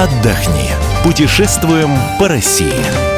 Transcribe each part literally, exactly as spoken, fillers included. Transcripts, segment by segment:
отдохни. Путешествуем по России.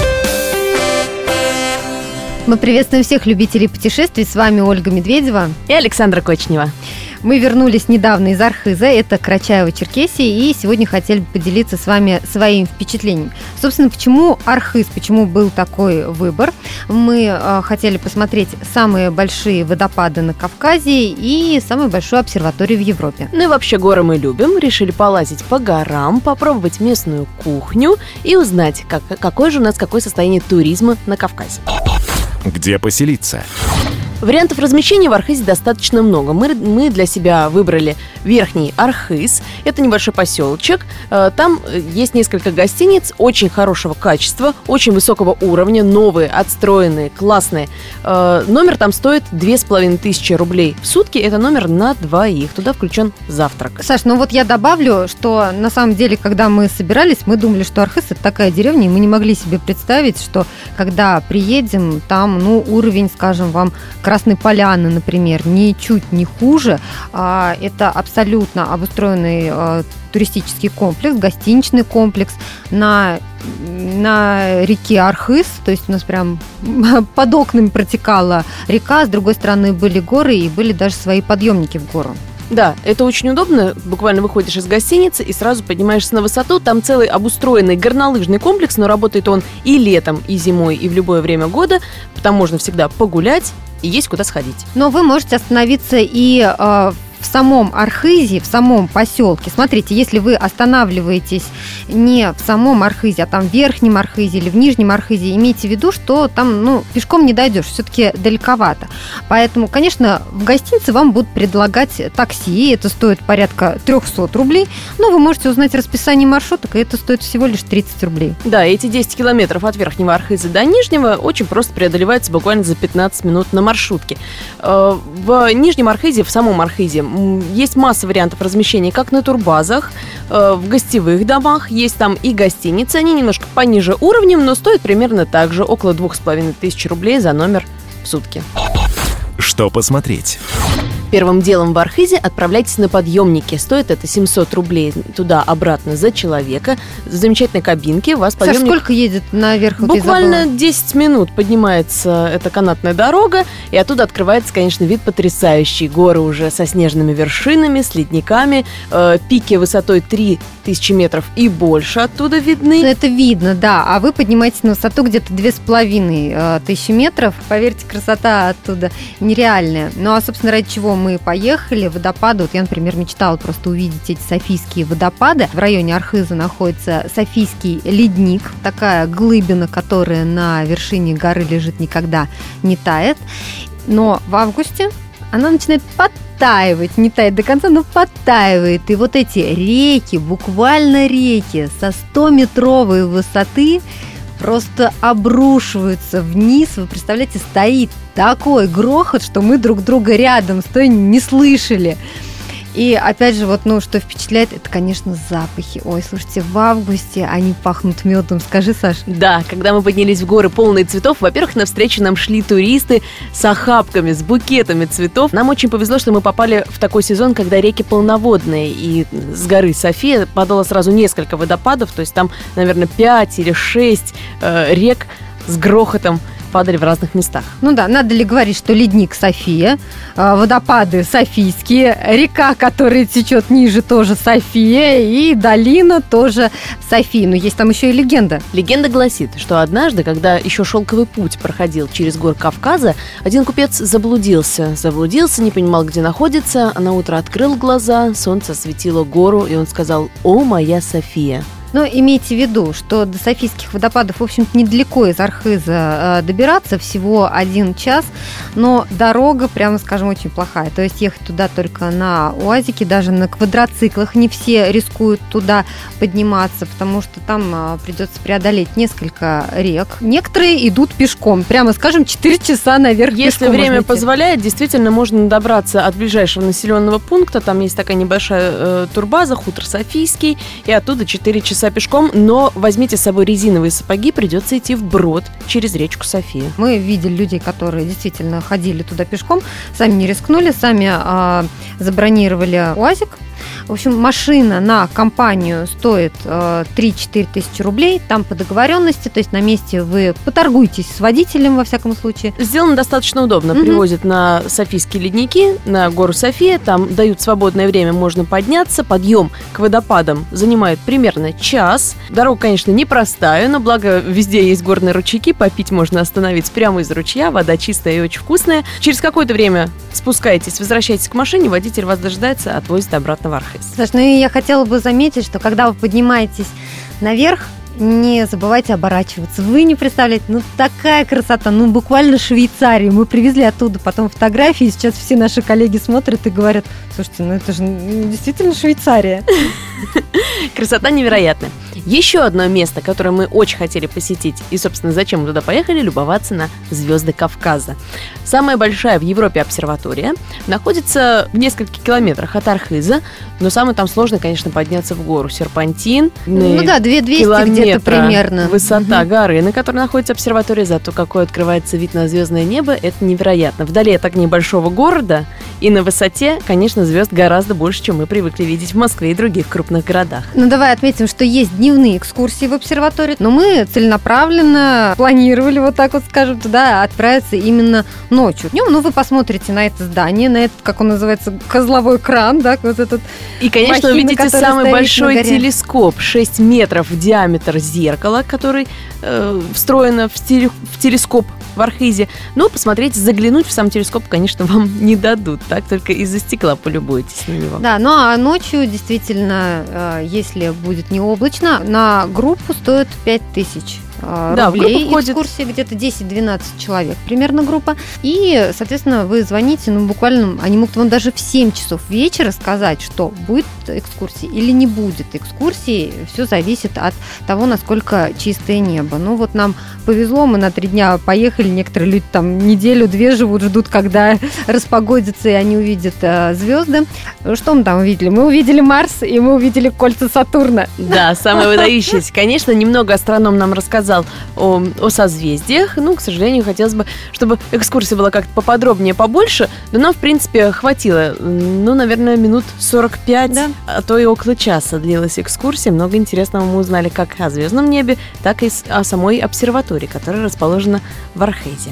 Мы приветствуем всех любителей путешествий. С вами Ольга Медведева и Александра Кочнева. Мы вернулись недавно из Архыза, это Карачаево-Черкесия, и сегодня хотели бы поделиться с вами своим впечатлением. Собственно, почему Архыз, почему был такой выбор? Мы э, хотели посмотреть самые большие водопады на Кавказе и самую большую обсерваторию в Европе. Ну и вообще горы мы любим, решили полазить по горам, попробовать местную кухню и узнать, как, какое же у нас какое состояние туризма на Кавказе. Где поселиться? Вариантов размещения в Архызе достаточно много. Мы, мы для себя выбрали Верхний Архыз. Это небольшой поселочек. Там есть несколько гостиниц очень хорошего качества, очень высокого уровня, новые, отстроенные, классные. Номер там стоит две с половиной тысячи рублей в сутки. Это номер на двоих. Туда включен завтрак. Саш, ну вот я добавлю, что на самом деле, когда мы собирались, мы думали, что Архыз – это такая деревня, и мы не могли себе представить, что когда приедем, там, ну, уровень, скажем вам, Красной Поляны, например, ничуть не хуже. Это абсолютно обустроенный туристический комплекс, гостиничный комплекс на, на реке Архыз. То есть у нас прям под окнами протекала река, с другой стороны были горы и были даже свои подъемники в гору. Да, это очень удобно. Буквально выходишь из гостиницы и сразу поднимаешься на высоту. Там целый обустроенный горнолыжный комплекс, но работает он и летом, и зимой, и в любое время года. Там можно всегда погулять и есть куда сходить. Но вы можете остановиться и э, в самом Архызе, в самом поселке. Смотрите, если вы останавливаетесь не в самом Архызе, а там в Верхнем Архызе или в Нижнем Архызе, имейте в виду, что там, ну, пешком не дойдешь, все-таки далековато. Поэтому, конечно, в гостинице вам будут предлагать такси, это стоит порядка триста рублей, но вы можете узнать расписание маршруток, и это стоит всего лишь тридцать рублей. Да, эти десять километров от Верхнего Архыза до Нижнего очень просто преодолевается буквально за пятнадцать минут на маршрутке. В Нижнем Архызе, в самом Архызе, есть масса вариантов размещения как на турбазах, в гостевых домах. Есть там и гостиницы, они немножко пониже уровнем, но стоят примерно так же, около двух с половиной тысяч рублей за номер в сутки. Что посмотреть? Первым делом в Архызе отправляйтесь на подъемники. Стоит это семьсот рублей туда-обратно за человека. В замечательной кабинке вас подъемник... Саш, сколько едет наверх? Буквально десять минут поднимается эта канатная дорога, и оттуда открывается, конечно, вид потрясающий. Горы уже со снежными вершинами, с ледниками, э, пики высотой три тысячи метров и больше оттуда видны. Это видно, да. А вы поднимаетесь на высоту где-то две с половиной тысячи метров. Поверьте, красота оттуда нереальная. Ну а, собственно, ради чего мы поехали? Водопады. Вот я, например, мечтала просто увидеть эти Софийские водопады. В районе Архыза находится Софийский ледник. Такая глыбина, которая на вершине горы лежит, никогда не тает. Но в августе она начинает подтаивать. Не тает до конца, но подтаивает. И вот эти реки, буквально реки со стометровой высоты просто обрушиваются вниз. Вы представляете, стоит такой грохот, что мы друг друга рядом стоя не слышали. И опять же, вот, ну, что впечатляет, это, конечно, запахи. Ой, слушайте, в августе они пахнут медом. Скажи, Саш. Да, когда мы поднялись в горы полные цветов, во-первых, навстречу нам шли туристы с охапками, с букетами цветов. Нам очень повезло, что мы попали в такой сезон, когда реки полноводные. И с горы София падало сразу несколько водопадов. То есть там, наверное, пять или шесть э, рек с грохотом падали в разных местах. Ну да, надо ли говорить, что ледник София, водопады Софийские, река, которая течет ниже, тоже София, и долина тоже София. Но есть там еще и легенда. Легенда гласит, что однажды, когда еще шелковый путь проходил через горы Кавказа, один купец заблудился. Заблудился, не понимал, где находится, а на утро открыл глаза, солнце осветило гору, и он сказал: «О, моя София». Но имейте в виду, что до Софийских водопадов, в общем-то, недалеко из Архыза добираться, всего один час, но дорога, прямо скажем, очень плохая. То есть ехать туда только на УАЗике, даже на квадроциклах. Не все рискуют туда подниматься, потому что там придется преодолеть несколько рек. Некоторые идут пешком, прямо скажем, четыре часа наверх пешком. Если время позволяет, действительно можно добраться от ближайшего населенного пункта. Там есть такая небольшая э, турбаза, хутор Софийский, и оттуда четыре часа пешком, но возьмите с собой резиновые сапоги, придется идти вброд через речку София. Мы видели людей, которые действительно ходили туда пешком, сами не рискнули, сами а, забронировали УАЗик, В общем, машина на компанию стоит э, три-четыре тысячи рублей, там по договоренности, то есть на месте вы поторгуетесь с водителем, во всяком случае. Сделано достаточно удобно. Мгм. Привозят на Софийские ледники, на гору София, там дают свободное время, можно подняться. Подъем к водопадам занимает примерно час. Дорога, конечно, непростая, но благо везде есть горные ручейки, попить можно остановиться прямо из ручья, вода чистая и очень вкусная. Через какое-то время спускаетесь, возвращаетесь к машине, водитель вас дожидается, отвозит обратно в Архыз. Саш, ну и я хотела бы заметить, что когда вы поднимаетесь наверх, не забывайте оборачиваться. Вы не представляете, ну такая красота, ну буквально Швейцария. Мы привезли оттуда потом фотографии, и сейчас все наши коллеги смотрят и говорят: слушайте, ну это же ну, действительно Швейцария. Красота невероятная. Еще одно место, которое мы очень хотели посетить, и, собственно, зачем мы туда поехали, любоваться на звезды Кавказа. Самая большая в Европе обсерватория находится в нескольких километрах от Архыза, но самое там сложно, конечно, подняться в гору. Серпантин. Ну да, две тысячи двести где-то примерно. Высота Мгм. горы, на которой находится обсерватория, зато какой открывается вид на звездное небо, это невероятно. Вдали от огней большого города и на высоте, конечно, звезд гораздо больше, чем мы привыкли видеть в Москве и других крупных городах. Ну, давай отметим, что есть дневные экскурсии в обсерваторию, но мы целенаправленно планировали, вот так вот скажем, туда отправиться именно ночью. Днем, ну, вы посмотрите на это здание, на этот, как он называется, козловой кран, да, вот этот. И, конечно, Махина, увидите которая самый стоит большой на горе. телескоп, шесть метров в диаметр зеркала, который э, встроено в, теле- в телескоп в Архизе. Но посмотреть, заглянуть в сам телескоп, конечно, вам не дадут, так только из-за стекла полюбуйтесь на него. Да, ну а ночью действительно, э, если будет не облачно, на группу стоит пять тысяч э, Да, в рублей. группу входит- Экскурсии где-то десять-двенадцать человек примерно группа. И, соответственно, вы звоните, ну буквально, они могут вам даже в семь часов вечера сказать, что будет экскурсии или не будет экскурсии. Все зависит от того, насколько чистое небо. Ну вот нам повезло, мы на три дня поехали, некоторые люди там неделю-две живут, ждут, когда распогодится и они увидят э, звезды. Что мы там увидели? Мы увидели Марс и мы увидели кольца Сатурна. Да, самое выдающееся. Конечно, немного астроном нам рассказал о, о созвездиях. Ну, к сожалению, хотелось бы, чтобы экскурсия была как-то поподробнее, побольше. Но нам, в принципе, хватило. Ну, наверное, минут сорок пять, Да. а то и около часа длилась экскурсия. Много интересного мы узнали как о звездном небе, так и с- о самой обсерватории, которая расположена в Архизе.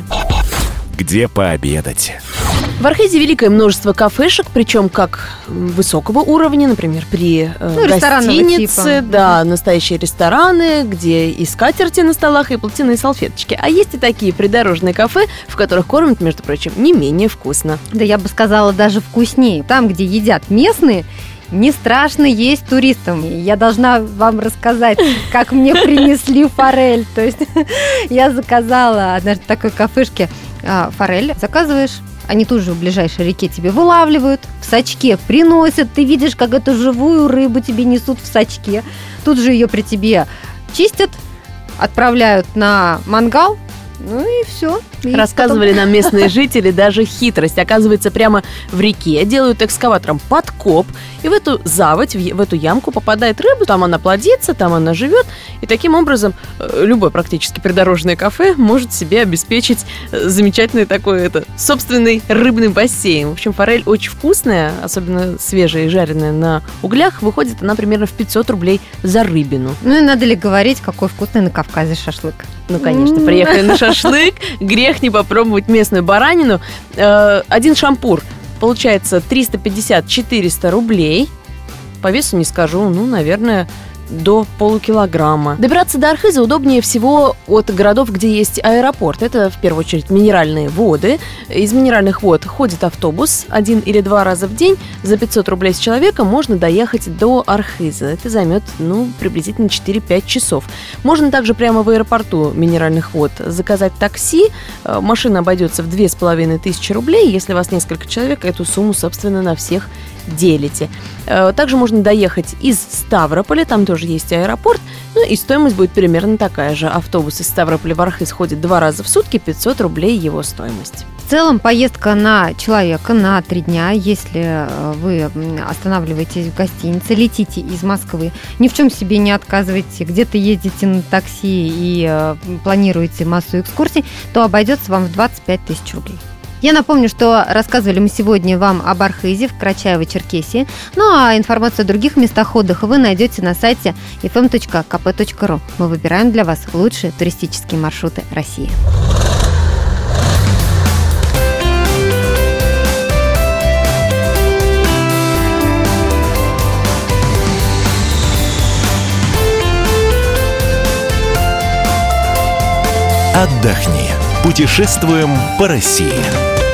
Где пообедать? В Архизе великое множество кафешек, причем как высокого уровня, например, при э, Ну, ресторанного гостинице, типа. да, настоящие рестораны, где и скатерти на столах, и платяные салфеточки. А есть и такие придорожные кафе, в которых кормят, между прочим, не менее вкусно. Да я бы сказала, даже вкуснее. Там, где едят местные, не страшно есть туристам. Я должна вам рассказать, как мне принесли форель. То есть я заказала однажды в такой кафешке а, форель. Заказываешь, они тут же в ближайшей реке тебе вылавливают, в сачке приносят. Ты видишь, как эту живую рыбу тебе несут в сачке. Тут же ее при тебе чистят, отправляют на мангал. Ну и все. Рассказывали нам местные жители даже хитрость. Оказывается, прямо в реке делают экскаватором подкоп, и в эту заводь, в в эту ямку попадает рыба, там она плодится, там она живет, и таким образом э, любое практически придорожное кафе может себе обеспечить э, замечательный такой это, собственный рыбный бассейн. В общем, форель очень вкусная, особенно свежая и жареная на углях. Выходит она примерно в пятьсот рублей за рыбину. Ну и надо ли говорить, какой вкусный на Кавказе шашлык. Ну, конечно, приехали на шашлык, грех не попробовать местную баранину. Э, Один шампур получается триста пятьдесят - четыреста рублей. По весу не скажу, ну, наверное, до полукилограмма. Добираться до Архиза удобнее всего от городов, где есть аэропорт. Это, в первую очередь, минеральные воды. Из минеральных вод ходит автобус один или два раза в день. За пятьсот рублей с человека можно доехать до Архиза. Это займет, ну, приблизительно четыре-пять часов. Можно также прямо в аэропорту минеральных вод заказать такси. Э, Машина обойдется в две с половиной тысячи рублей. Если вас несколько человек, эту сумму, собственно, на всех делите. Э, Также можно доехать из Ставрополя, там тоже есть аэропорт, ну и стоимость будет примерно такая же. Автобус из Ставрополя в Архиз ходит два раза в сутки, пятьсот рублей его стоимость. В целом поездка на человека на три дня, если э, вы м, останавливаетесь в гостинице, летите из Москвы, ни в чем себе не отказываете, где-то ездите на такси и э, планируете массу экскурсий, то обойдется вам в двадцать пять тысяч рублей. Я напомню, что рассказывали мы сегодня вам об Архизе в Карачаево-Черкесии. Ну а информацию о других местах отдыха вы найдете на сайте эф эм точка ка пэ точка ру. Мы выбираем для вас лучшие туристические маршруты России. Отдохни. Путешествуем по России.